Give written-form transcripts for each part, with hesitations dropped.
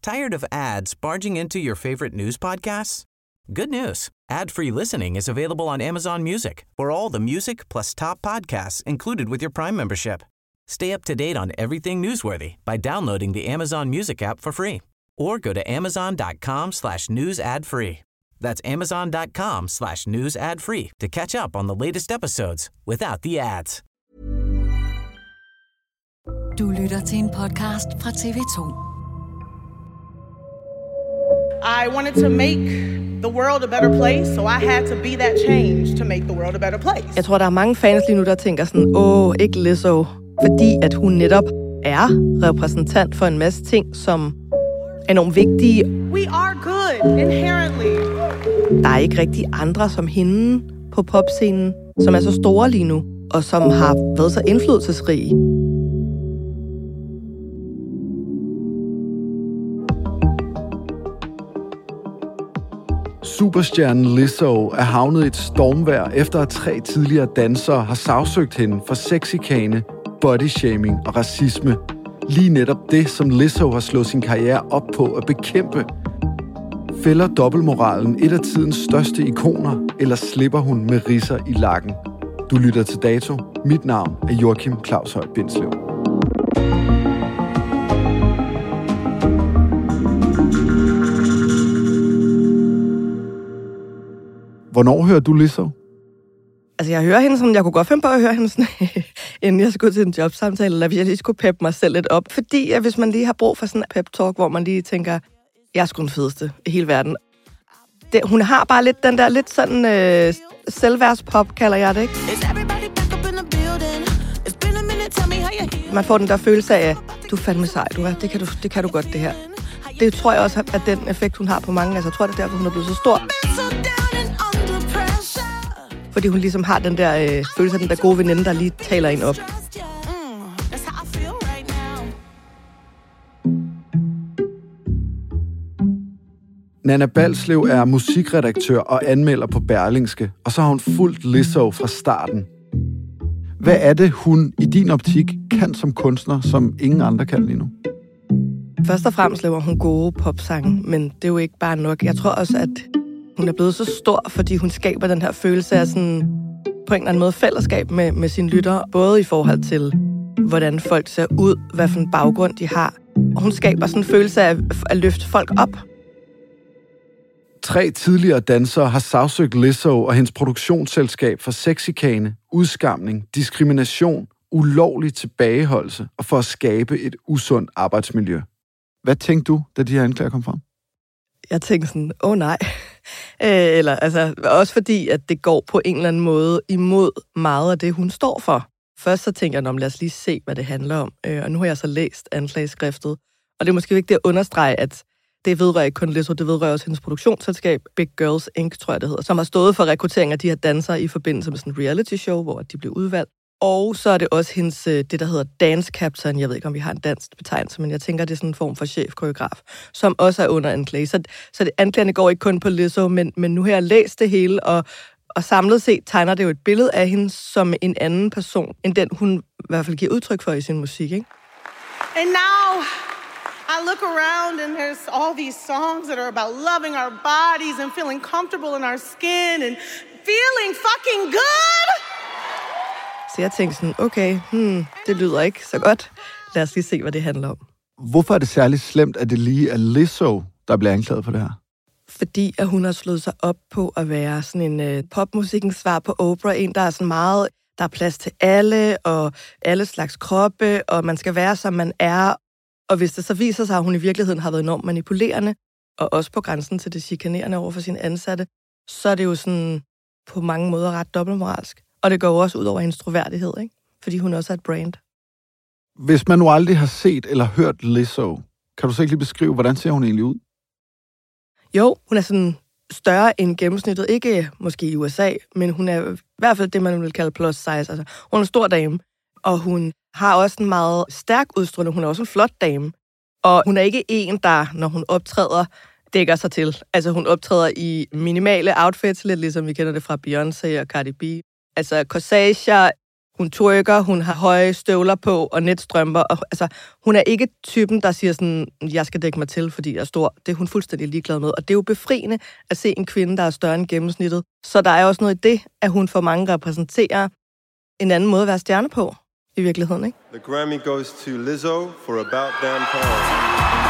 Tired of ads barging into your favorite news podcasts? Good news. Ad-free listening is available on Amazon Music for all the music plus top podcasts included with your Prime membership. Stay up to date on everything newsworthy by downloading the Amazon Music app for free or go to amazon.com/news-ad-free. That's amazon.com/news-ad-free to catch up on the latest episodes without the ads. Du lytter til en podcast fra TV2. I wanted to make the world a better place, so I had to be that change to make the world a better place. Jeg tror, der er mange fans lige nu, der tænker sådan, ikke Lizzo. Fordi at hun netop er repræsentant for en masse ting, som er enormt vigtige. We are good, inherently. Der er ikke rigtig andre som hende på popscenen, som er så store lige nu, og som har været så indflydelsesrige. Superstjernen Lizzo er havnet i et stormvejr, efter at 3 tidligere dansere har sagsøgt hende for sexchikane, bodyshaming og racisme. Lige netop det, som Lizzo har slået sin karriere op på at bekæmpe. Fælder dobbeltmoralen et af tidens største ikoner, eller slipper hun med ridser i lakken? Du lytter til Dato. Mit navn er Joachim Claus Høj Bindslev. Hvornår hører du Lizzo? Altså, jeg hører hende sådan, jeg kunne godt finde på at høre hende sådan, inden jeg skulle til en jobsamtale, eller hvis jeg lige skulle peppe mig selv lidt op. Fordi at hvis man lige har brug for sådan en pep-talk, hvor man lige tænker, jeg er sgu den fedeste i hele verden. Hun har bare lidt den der, lidt sådan selvværdspop, kalder jeg det, ikke? Man får den der følelse af, du er fandme sej, du er. Det kan du godt, det her. Det tror jeg også, at den effekt, hun har på mange. Altså, jeg tror, det er derfor, hun er blevet så stor. Fordi hun ligesom har den der følelse af den der gode veninde, der lige taler en op. Nanna Balslev er musikredaktør og anmelder på Berlingske, og så har hun fulgt Lizzo fra starten. Hvad er det, hun i din optik kan som kunstner, som ingen andre kan lige nu? Først og fremmest laver hun gode popsange, men det er jo ikke bare nok. Jeg tror også, at hun er blevet så stor, fordi hun skaber den her følelse af sådan, på en eller anden måde fællesskab med sine lyttere, både i forhold til, hvordan folk ser ud, hvad for en baggrund de har. Og hun skaber sådan en følelse af at løfte folk op. 3 tidligere dansere har sagsøgt Lizzo og hendes produktionsselskab for sexchikane, udskamning, diskrimination, ulovlig tilbageholdelse og for at skabe et usundt arbejdsmiljø. Hvad tænkte du, da de her anklager kom frem? Jeg tænkte sådan, nej. Eller altså, også fordi, at det går på en eller anden måde imod meget af det, hun står for. Først så tænker jeg, lad os lige se, hvad det handler om. Og nu har jeg så læst anklageskriftet. Og det er måske vigtigt at understrege, at det vedrører ikke kun Lizzo, det vedrører også hendes produktionsselskab, Big Girls Inc., tror jeg det hedder, som har stået for rekruttering af de her dansere i forbindelse med sådan en reality show, hvor de blev udvalgt. Og så er det også hendes, det der hedder dance captain, jeg ved ikke, om vi har en dansk betegnelse, men jeg tænker, det er sådan en form for chefkoreograf, som også er under anklage. Så anklagerne går ikke kun på Lizzo, men nu har jeg læst det hele, og samlet set tegner det jo et billede af hende som en anden person, end den hun i hvert fald giver udtryk for i sin musik, ikke? And now I look around and there's all these songs that are about loving our bodies and feeling comfortable in our skin and feeling fucking good. Så jeg tænkte sådan, okay, det lyder ikke så godt. Lad os lige se, hvad det handler om. Hvorfor er det særligt slemt, at det lige er Lizzo, der bliver anklaget for det her? Fordi at hun har slået sig op på at være sådan en popmusikkens svar på Oprah. En, der er sådan meget, der er plads til alle, og alle slags kroppe, og man skal være, som man er. Og hvis det så viser sig, at hun i virkeligheden har været enormt manipulerende, og også på grænsen til det chikanerende over for sine ansatte, så er det jo sådan på mange måder ret dobbeltmoralsk. Og det går jo også ud over hendes troværdighed, ikke? Fordi hun også er et brand. Hvis man nu aldrig har set eller hørt Lizzo, kan du så ikke lige beskrive, hvordan ser hun egentlig ud? Jo, hun er sådan større end gennemsnittet. Ikke måske i USA, men hun er i hvert fald det, man vil kalde plus size. Altså, hun er en stor dame, og hun har også en meget stærk udstråling. Hun er også en flot dame. Og hun er ikke en, der, når hun optræder, dækker sig til. Altså, hun optræder i minimale outfits, lidt ligesom vi kender det fra Beyoncé og Cardi B. Altså, corsager, Hun twerker, hun har høje støvler på og netstrømper. Og, altså, hun er ikke typen, der siger sådan, jeg skal dække mig til, fordi jeg er stor. Det er hun fuldstændig ligeglad med. Og det er jo befriende at se en kvinde, der er større end gennemsnittet. Så der er også noget i det, at hun for mange repræsenterer en anden måde at være stjerne på, i virkeligheden, ikke? The Grammy goes to Lizzo for About Damn Time.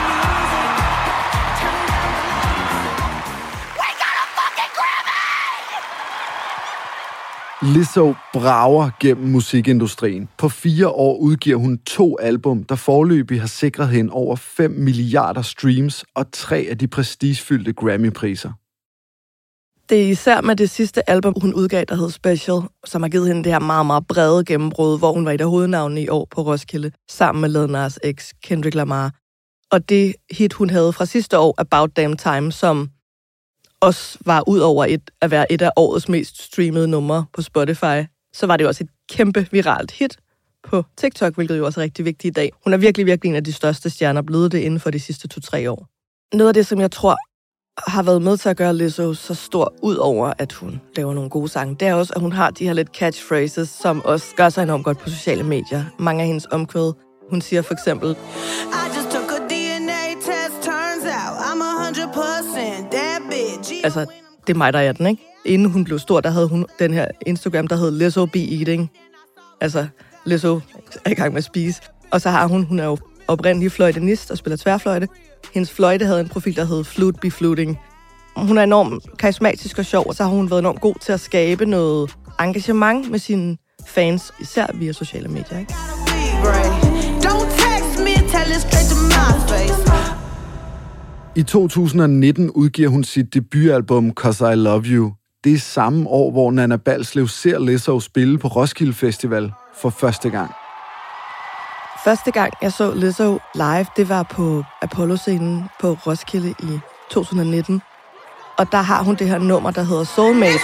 Lizzo brager gennem musikindustrien. På 4 år udgiver hun 2 album, der foreløbig har sikret hende over 5 milliarder streams og 3 af de prestigefyldte Grammy-priser. Det er især med det sidste album, hun udgav, der hed Special, som har givet hende det her meget, meget brede gennembrud, hvor hun var et af hovednavnene i år på Roskilde, sammen med Lil Nas X, Kendrick Lamar. Og det hit, hun havde fra sidste år, About Damn Time, som også var ud over at være et af årets mest streamede numre på Spotify, så var det jo også et kæmpe viralt hit på TikTok, hvilket jo også er rigtig vigtigt i dag. Hun er virkelig, virkelig en af de største stjerner, blevet det inden for de sidste 2-3 år. Noget af det, som jeg tror har været med til at gøre Lizzo så stor, ud over at hun laver nogle gode sange, det er også, at hun har de her lidt catchphrases, som også gør sig enormt godt på sociale medier. Mange af hendes omkvæd. Hun siger for eksempel, altså, det er mig, der er den, ikke? Inden hun blev stor, der havde hun den her Instagram, der hed Lizzo Be Eating. Altså, Lizzo er i gang med at spise. Og så har hun er jo oprindelig fløjtenist og spiller tværfløjte. Hendes fløjte havde en profil, der hed Flute Be Fluting. Hun er enormt karismatisk og sjov, og så har hun været enormt god til at skabe noget engagement med sine fans, især via sociale medier, ikke? I 2019 udgiver hun sit debutalbum 'Cause I Love You. Det er samme år, hvor Nanna Balslev ser Lizzo spille på Roskilde Festival for første gang. Første gang, jeg så Lizzo live, det var på Apollo-scenen på Roskilde i 2019. Og der har hun det her nummer, der hedder Soulmate,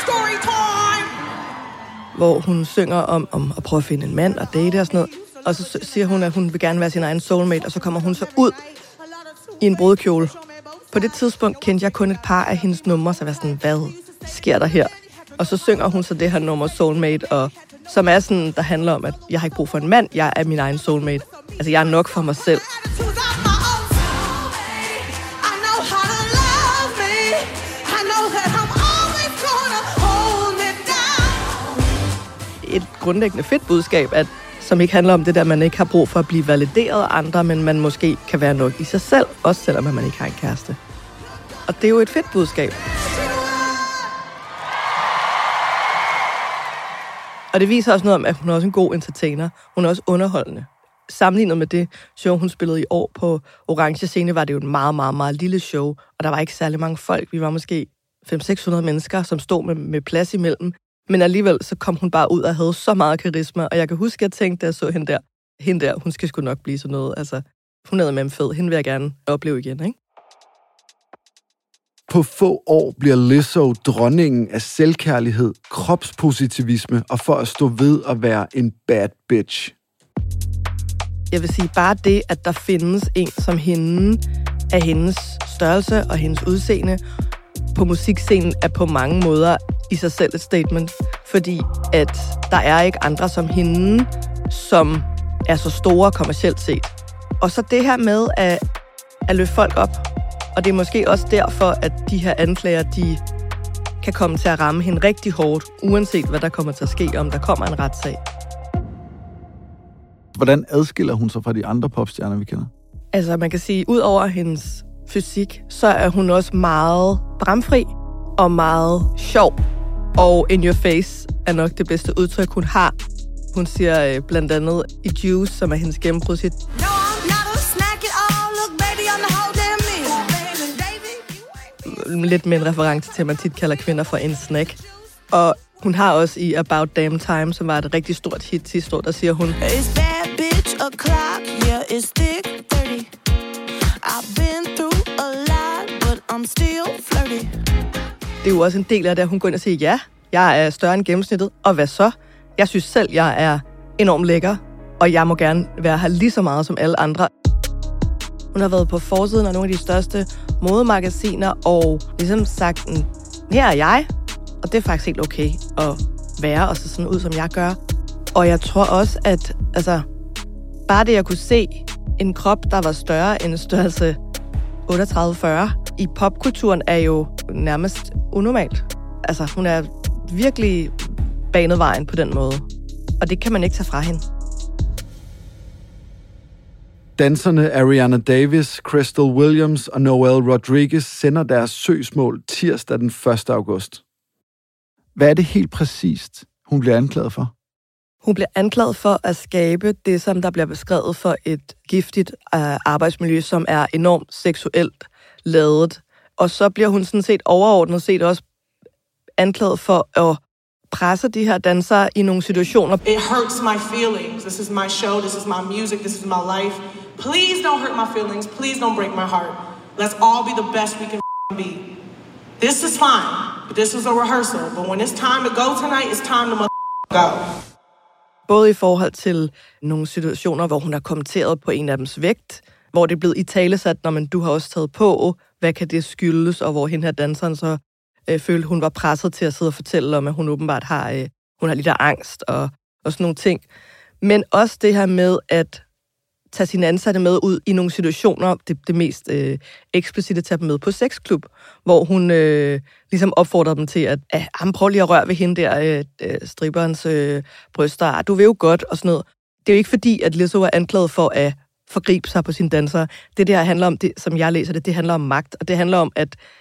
hvor hun synger om at prøve at finde en mand og date og sådan noget. Og så siger hun, at hun vil gerne være sin egen soulmate, og så kommer hun så ud i en brudekjole. På det tidspunkt kendte jeg kun et par af hendes numre, så jeg var sådan, hvad sker der her? Og så synger hun så det her nummer Soulmate, og som er sådan, der handler om, at jeg har ikke brug for en mand, jeg er min egen soulmate. Altså, jeg er nok for mig selv. Et grundlæggende fedt budskab, som ikke handler om det der, man ikke har brug for at blive valideret af andre, men man måske kan være nok i sig selv, også selvom man ikke har en kæreste. Og det er jo et fedt budskab. Og det viser også noget om, at hun er også en god entertainer. Hun er også underholdende. Sammenlignet med det show, hun spillede i år på Orange Scene, var det jo et meget, meget, meget lille show, og der var ikke særlig mange folk. Vi var måske 500-600 mennesker, som stod med plads imellem. Men alligevel så kom hun bare ud og havde så meget karisma, og jeg kan huske, at jeg tænkte, da jeg så hende der, hun skal sgu nok blive sådan noget. Altså, hun er med fed. Hende vil jeg gerne opleve igen, ikke? På få år bliver Lizzo dronningen af selvkærlighed, kropspositivisme og for at stå ved at være en bad bitch. Jeg vil sige bare det, at der findes en som hende, af hendes størrelse og hendes udseende på musikscenen, er på mange måder i sig selv et statement. Fordi at der er ikke andre som hende, som er så store kommercielt set. Og så det her med at løfte folk op. Og det er måske også derfor, at de her anklager, de kan komme til at ramme hende rigtig hårdt, uanset hvad der kommer til at ske, om der kommer en retssag. Hvordan adskiller hun sig fra de andre popstjerner, vi kender? Altså, man kan sige, ud over hendes fysik, så er hun også meget bramfri og meget sjov. Og in your face er nok det bedste udtryk, hun har. Hun siger blandt andet i Juice, som er hendes gennembrudshit. Lidt med en reference til, at man tit kalder kvinder for en snack. Og hun har også i About Damn Time, som var et rigtig stort hit sidste år, der siger hun: Det er jo også en del af det, at hun går ind og siger, ja, jeg er større end gennemsnittet, og hvad så? Jeg synes selv, jeg er enormt lækker, og jeg må gerne være her lige så meget som alle andre. Hun har været på forsiden af nogle af de største modemagasiner, og ligesom sagt, her er jeg, og det er faktisk helt okay at være og se sådan ud, som jeg gør. Og jeg tror også, at bare det at kunne se en krop, der var større end størrelse 38-40, i popkulturen er jo nærmest unormalt. Altså, hun er virkelig banet vejen på den måde. Og det kan man ikke tage fra hende. Danserne Ariana Davis, Crystal Williams og Noelle Rodriguez sender deres søgsmål tirsdag den 1. august. Hvad er det helt præcist, hun bliver anklaget for? Hun bliver anklaget for at skabe det, som der bliver beskrevet for et giftigt arbejdsmiljø, som er enormt seksuelt ladet. Og så bliver hun sådan set overordnet set også anklaget for at presse de her dansere i nogle situationer. It hurts my feelings. This is my show. This is my music. This is my life. Please don't hurt my feelings. Please don't break my heart. Let's all be the best we can be. This is fine, but this was a rehearsal. But when it's time to go tonight, it's time to go. Både i forhold til nogle situationer, hvor hun har kommenteret på en af dems vægt, hvor det er blevet italesat, når du har også taget på, hvad kan det skyldes, og hvor hende her danseren så følte, hun var presset til at sidde og fortælle om, at hun åbenbart har lidt af angst og sådan nogle ting. Men også det her med at tage sine ansatte med ud i nogle situationer, det mest eksplicite, tage dem med på sexklub, hvor hun ligesom opfordrer dem til at prøv lige at røre ved hende der, stripperens bryster, du vil jo godt, og sådan noget. Det er jo ikke fordi, at Lizzo er anklaget for at forgribe sig på sine dansere. Det der handler om, det, som jeg læser det handler om magt, og det handler om,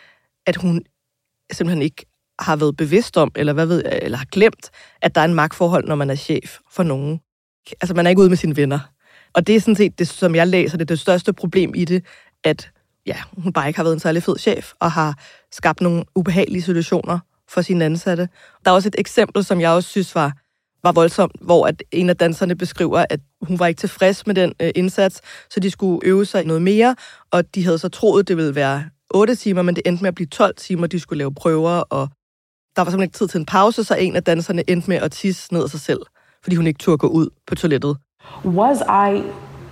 at hun simpelthen ikke har været bevidst om, eller har glemt, at der er en magtforhold, når man er chef for nogen. Altså, man er ikke ude med sine venner. Og det er sådan set det, som jeg læser, det største problem i det, at hun bare ikke har været en særlig fed chef, og har skabt nogle ubehagelige situationer for sine ansatte. Der er også et eksempel, som jeg også synes var voldsomt, hvor at en af danserne beskriver, at hun var ikke tilfreds med den indsats, så de skulle øve sig noget mere, og de havde så troet, det ville være 8 timer, men det endte med at blive 12 timer, de skulle lave prøver, og der var simpelthen ikke tid til en pause, så en af danserne endte med at tisse ned af sig selv, fordi hun ikke turde gå ud på toilettet. Was I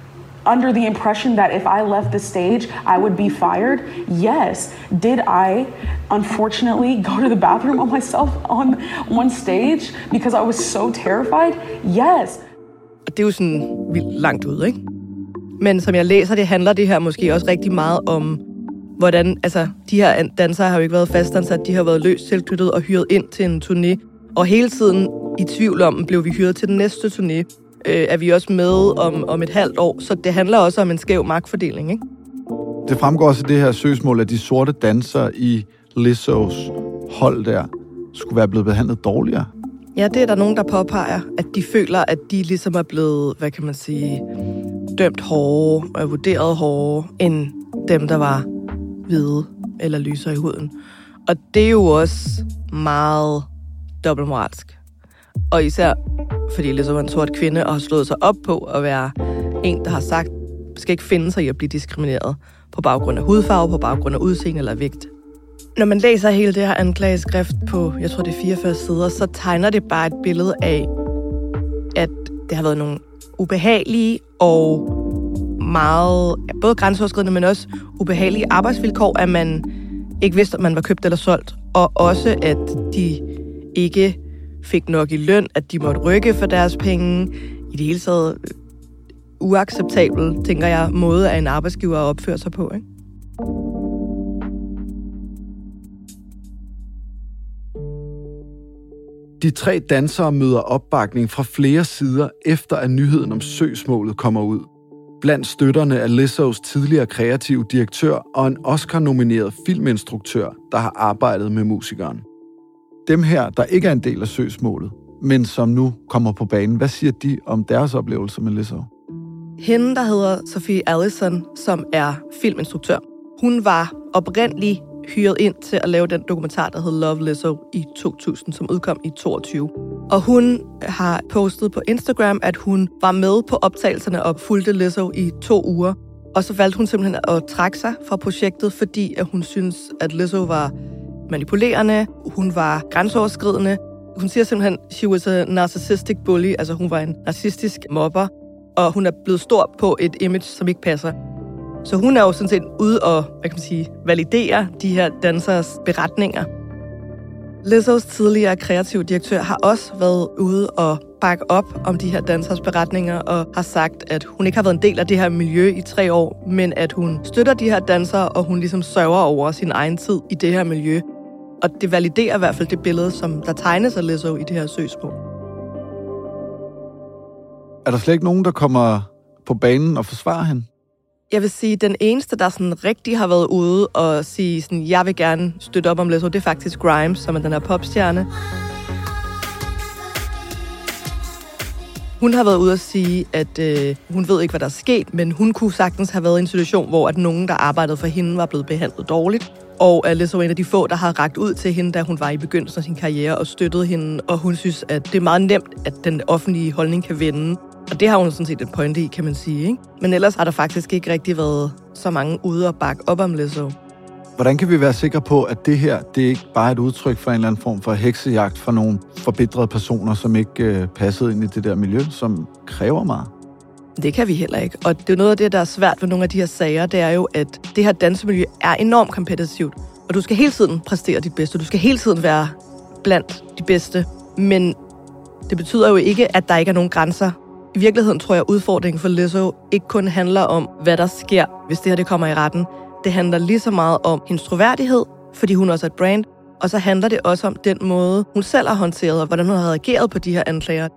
under the impression that if I left the stage, I would be fired? Yes. Did I, unfortunately, go to the bathroom on myself on one stage because I was so terrified? Yes. Og det er jo sådan vildt langt ud, ikke? Men som jeg læser, det handler det her måske også rigtig meget om, hvordan, de her dansere har jo ikke været fastansat, de har været løst tilknyttet og hyret ind til en turné. Og hele tiden i tvivl om, blev vi hyret til den næste turné, er vi også med om et halvt år. Så det handler også om en skæv magtfordeling, ikke? Det fremgår også i det her søgsmål, at de sorte dansere i Lizzos hold der skulle være blevet behandlet dårligere. Ja, det er der nogen, der påpeger, at de føler, at de ligesom er blevet, hvad kan man sige, dømt hårdere og vurderet hårdere end dem, der var hvide eller lysere i huden. Og det er jo også meget dobbeltmoralsk. Og især fordi Lizzo var en sort kvinde og har slået sig op på at være en, der har sagt, skal ikke finde sig i at blive diskrimineret på baggrund af hudfarve, på baggrund af udseende eller vægt. Når man læser hele det her anklageskrift på, jeg tror det er 44 sider, så tegner det bare et billede af, at det har været nogle ubehagelige og meget, både grænseoverskridende, men også ubehagelige arbejdsvilkår, at man ikke vidste, om man var købt eller solgt. Og også, at de ikke fik nok i løn, at de måtte rykke for deres penge. I det hele taget uacceptabel, tænker jeg, måde af en arbejdsgiver at opføre sig på, ikke? De 3 dansere møder opbakning fra flere sider, efter at nyheden om søgsmålet kommer ud. Blandt støtterne er Lizzos tidligere kreative direktør og en Oscar-nomineret filminstruktør, der har arbejdet med musikeren. Dem her, der ikke er en del af søgsmålet, men som nu kommer på banen, hvad siger de om deres oplevelser med Lizzo? Hende, der hedder Sophie Allison, som er filminstruktør, hun var oprindeligt hyret ind til at lave den dokumentar, der hed Love Lizzo i 2000, som udkom i 2022. Og hun har postet på Instagram, at hun var med på optagelserne og fulgte Lizzo i 2 uger. Og så valgte hun simpelthen at trække sig fra projektet, fordi at hun synes, at Lizzo var manipulerende, hun var grænseoverskridende. Hun siger simpelthen, she was a narcissistic bully, altså hun var en narcissistisk mobber, og hun er blevet stor på et image, som ikke passer. Så hun er jo sådan set ude og, validere de her dansers beretninger. Lizzos tidligere kreative direktør har også været ude og bakke op om de her dansers beretninger og har sagt, at hun ikke har været en del af det her miljø i 3 år, men at hun støtter de her dansere, og hun ligesom sørger over sin egen tid i det her miljø. Og det validerer i hvert fald det billede, som der tegnes af Lizzo i det her søgsmål. Er der slet ikke nogen, der kommer på banen og forsvarer hende? Jeg vil sige, at den eneste, der sådan rigtig har været ude og sige, sådan, jeg vil gerne støtte op om Lizzo, det er faktisk Grimes, som er den her popstjerne. Hun har været ude at sige, at hun ved ikke, hvad der er sket, men hun kunne sagtens have været i en situation, hvor at nogen, der arbejdede for hende, var blevet behandlet dårligt. Og Lizzo er en af de få, der har rakt ud til hende, da hun var i begyndelsen af sin karriere og støttede hende. Og hun synes, at det er meget nemt, at den offentlige holdning kan vende. Og det har hun sådan set et pointe i, kan man sige, ikke? Men ellers har der faktisk ikke rigtig været så mange ude at bakke op om Lizzo. Hvordan kan vi være sikre på, at det her, det er ikke bare et udtryk for en eller anden form for heksejagt for nogle forbedrede personer, som ikke passede ind i det der miljø, som kræver meget? Det kan vi heller ikke. Og det er noget af det, der er svært ved nogle af de her sager, det er jo, at det her dansemiljø er enormt kompetitivt. Og du skal hele tiden præstere dit bedste. Du skal hele tiden være blandt de bedste. Men det betyder jo ikke, at der ikke er nogen grænser. I virkeligheden tror jeg, at udfordringen for Lizzo ikke kun handler om, hvad der sker, hvis det her det kommer i retten. Det handler lige så meget om hendes troværdighed, fordi hun også er et brand. Og så handler det også om den måde, hun selv har håndteret, og hvordan hun har reageret på de her anklager.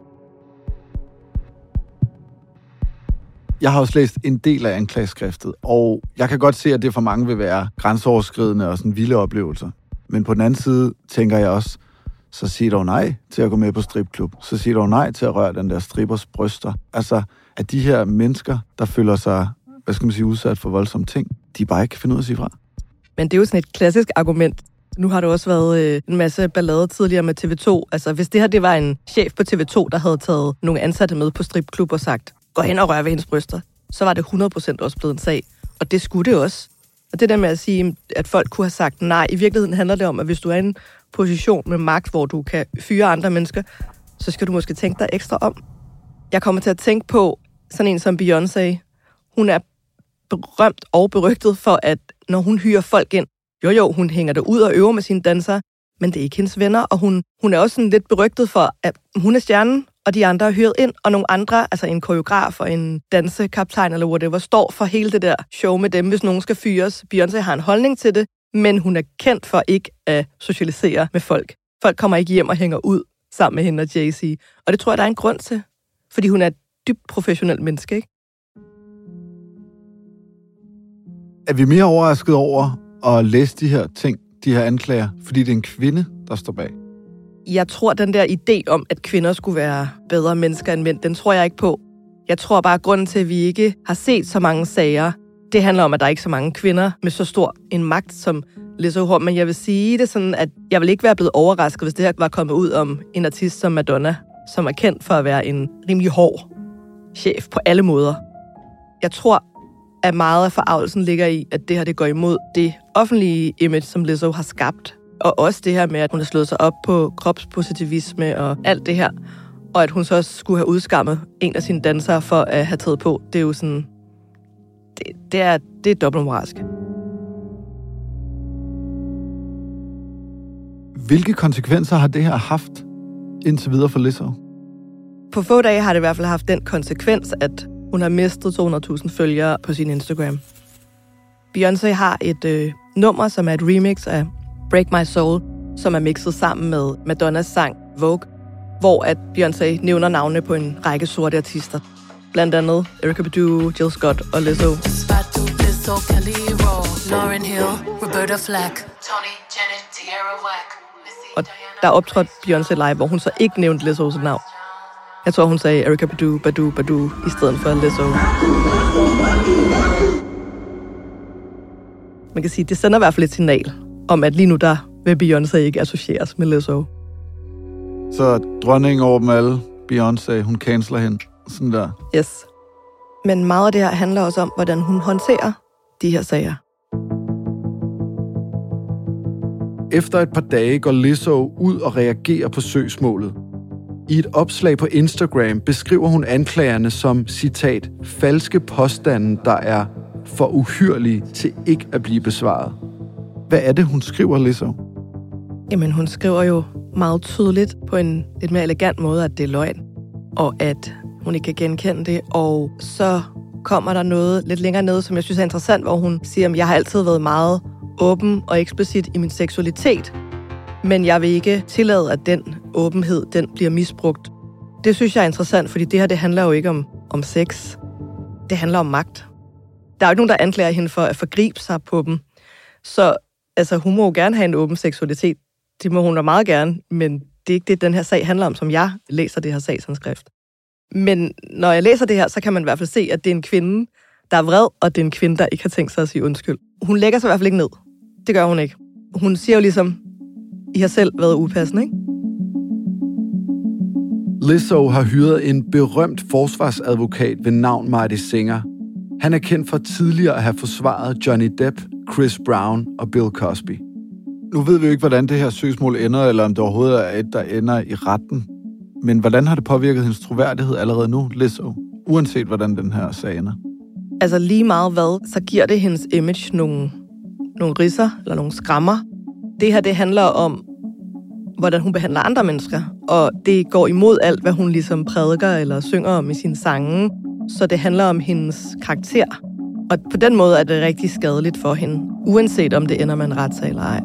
Jeg har også læst en del af anklageskriftet, og jeg kan godt se, at det for mange vil være grænseoverskridende og sådan vilde oplevelser. Men på den anden side tænker jeg også, så sig dog nej til at gå med på stripklub. Så sig dog nej til at røre den der strippers bryster. Altså, at de her mennesker, der føler sig, udsat for voldsomme ting, de bare ikke kan finde ud af at sige fra. Men det er jo sådan et klassisk argument. Nu har der også været en masse ballade tidligere med TV2. Altså, hvis det her det var en chef på TV2, der havde taget nogle ansatte med på stripklub og sagt, gå hen og rør ved hendes bryster, så var det 100% også blevet en sag. Og det skulle det også. Og det der med at sige, at folk kunne have sagt nej, i virkeligheden handler det om, at hvis du er i en position med magt, hvor du kan fyre andre mennesker, så skal du måske tænke dig ekstra om. Jeg kommer til at tænke på sådan en som Beyoncé. Hun er berømt og berygtet for, at når hun hyrer folk ind, hun hænger der ud og øver med sine dansere, men det er ikke hendes venner, og hun er også sådan lidt berygtet for, at hun er stjernen, og de andre er hyret ind, og nogle andre, altså en koreograf og en dansekaptajn eller whatever, står for hele det der show med dem, hvis nogen skal fyres. Beyoncé har en holdning til det, men hun er kendt for ikke at socialisere med folk. Folk kommer ikke hjem og hænger ud sammen med hende og Jay-Z, og det tror jeg, der er en grund til, fordi hun er et dybt professionelt menneske, ikke? Er vi mere overrasket over at læse de her ting, de her anklager, fordi det er en kvinde, der står bag? Jeg tror, den der idé om, at kvinder skulle være bedre mennesker end mænd, den tror jeg ikke på. Jeg tror bare, at grunden til, at vi ikke har set så mange sager, det handler om, at der er ikke så mange kvinder med så stor en magt som Lizzo har. Men jeg vil sige det sådan, at jeg vil ikke være blevet overrasket, hvis det her var kommet ud om en artist som Madonna, som er kendt for at være en rimelig hård chef på alle måder. Jeg tror, at meget af forargelsen ligger i, at det her det går imod det offentlige image, som Lizzo har skabt. Og også det her med, at hun har slået sig op på kropspositivisme og alt det her. Og at hun så også skulle have udskammet en af sine dansere for at have taget på. Det er jo sådan... Det er dobbeltmoralsk. Hvilke konsekvenser har det her haft indtil videre for Lizzo? På få dage har det i hvert fald haft den konsekvens, at hun har mistet 200.000 følgere på sin Instagram. Beyoncé har et nummer, som er et remix af Break My Soul, som er mixet sammen med Madonnas sang Vogue, hvor at Beyoncé nævner navne på en række sorte artister. Blandt andet Erykah Badu, Jill Scott og Lizzo. Og der optrådte Beyoncé live, hvor hun så ikke nævnte Lizzos navn. Jeg tror, hun sagde Erykah Badu i stedet for Lizzo. Man kan sige, det sender i hvert fald et signal om, at lige nu der vil Beyoncé ikke associeres med Lizzo. Så dronningen over dem alle, Beyoncé, hun canceler hende. Sådan der. Yes. Men meget af det her handler også om, hvordan hun håndterer de her sager. Efter et par dage går Lizzo ud og reagerer på søgsmålet. I et opslag på Instagram beskriver hun anklagerne som, citat, falske påstande, der er for uhyrlige til ikke at blive besvaret. Hvad er det, hun skriver, Lizzo? Jamen, hun skriver jo meget tydeligt på en lidt mere elegant måde, at det er løgn, og at hun ikke kan genkende det. Og så kommer der noget lidt længere nede, som jeg synes er interessant, hvor hun siger, at jeg har altid været meget åben og eksplicit i min seksualitet, men jeg vil ikke tillade, at den åbenhed, den bliver misbrugt. Det synes jeg er interessant, fordi det her, det handler jo ikke om sex. Det handler om magt. Der er jo ikke nogen, der anklager hende for at forgribe sig på dem. Så altså, hun må jo gerne have en åben seksualitet. Det må hun da meget gerne, men det er ikke det, den her sag handler om, som jeg læser det her sagsanskrift. Men når jeg læser det her, så kan man i hvert fald se, at det er en kvinde, der er vred, og det er en kvinde, der ikke har tænkt sig at sige undskyld. Hun lægger sig i hvert fald ikke ned. Det gør hun ikke. Hun siger jo ligesom, I har selv været upassende, ikke? Lizzo har hyret en berømt forsvarsadvokat ved navn Marty Singer. Han er kendt for tidligere at have forsvaret Johnny Depp, Chris Brown og Bill Cosby. Nu ved vi jo ikke, hvordan det her søgsmål ender, eller om det overhovedet er et, der ender i retten. Men hvordan har det påvirket hendes troværdighed allerede nu, Lizzo? Uanset hvordan den her sag ender. Altså lige meget hvad, så giver det hendes image nogle ridser eller nogle skrammer. Det her, det handler om, hvordan hun behandler andre mennesker. Og det går imod alt, hvad hun ligesom prædiker eller synger om i sine sange. Så det handler om hendes karakter. Og på den måde er det rigtig skadeligt for hende, uanset om det ender med en retssag eller ej.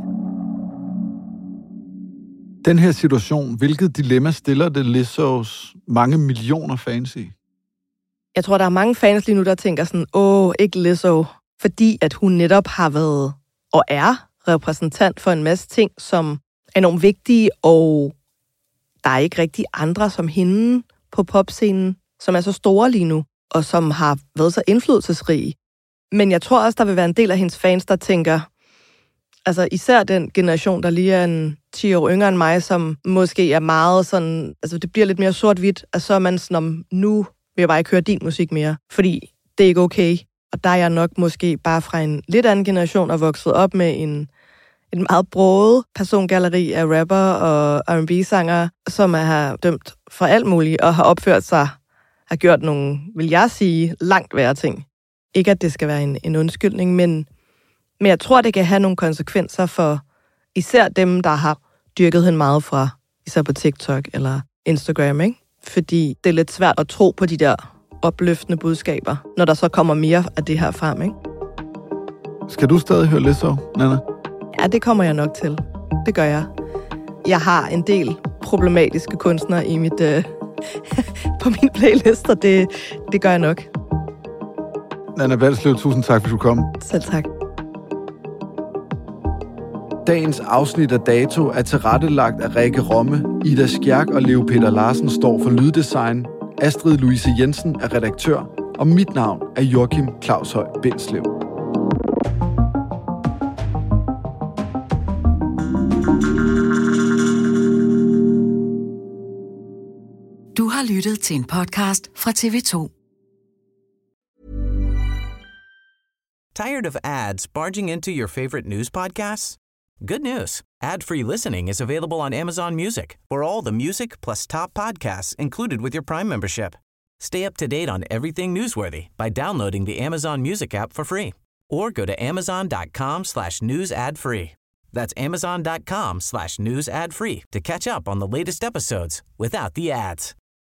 Den her situation, hvilket dilemma stiller det Lizzos mange millioner fans i? Jeg tror, der er mange fans lige nu, der tænker sådan, ikke Lizzo. Fordi at hun netop har været og er repræsentant for en masse ting, som er enormt vigtige, og der er ikke rigtig andre som hende på popscenen, som er så store lige nu, og som har været så indflydelsesrige. Men jeg tror også, der vil være en del af hendes fans, der tænker, altså især den generation, der lige er en 10 år yngre end mig, som måske er meget sådan, altså det bliver lidt mere sort-hvidt, og så er man sådan, nu vil jeg bare ikke høre din musik mere, fordi det er ikke okay. Og der er jeg nok måske bare fra en lidt anden generation og vokset op med en meget broget persongalleri af rapper og R&B-sangere, som har dømt for alt muligt og har opført sig, har gjort nogle, vil jeg sige, langt værre ting. Ikke at det skal være en undskyldning, men jeg tror, det kan have nogle konsekvenser for især dem, der har dyrket hende meget fra, især på TikTok eller Instagram, ikke? Fordi det er lidt svært at tro på de der opløftende budskaber, når der så kommer mere af det her frem, ikke? Skal du stadig høre Lizzo, Nanna? Ja, det kommer jeg nok til. Det gør jeg. Jeg har en del problematiske kunstnere i mit på min playlist, og det gør jeg nok. Nanna Balslev, tusind tak, fordi du kom. Selv tak. Dagens afsnit af Dato er tilrettelagt af Rikke Romme, Ida Skjærk og Leo Peter Larsen står for lyddesign, Astrid Louise Jensen er redaktør, og mit navn er Joachim Claus Høj Bindslev. Du har lyttet til en podcast fra TV2. Tired of ads barging into your favorite news podcasts? Good news. Ad-free listening is available on Amazon Music for all the music plus top podcasts included with your Prime membership. Stay up to date on everything newsworthy by downloading the Amazon Music app for free or go to amazon.com/news ad free. That's amazon.com/news ad free to catch up on the latest episodes without the ads.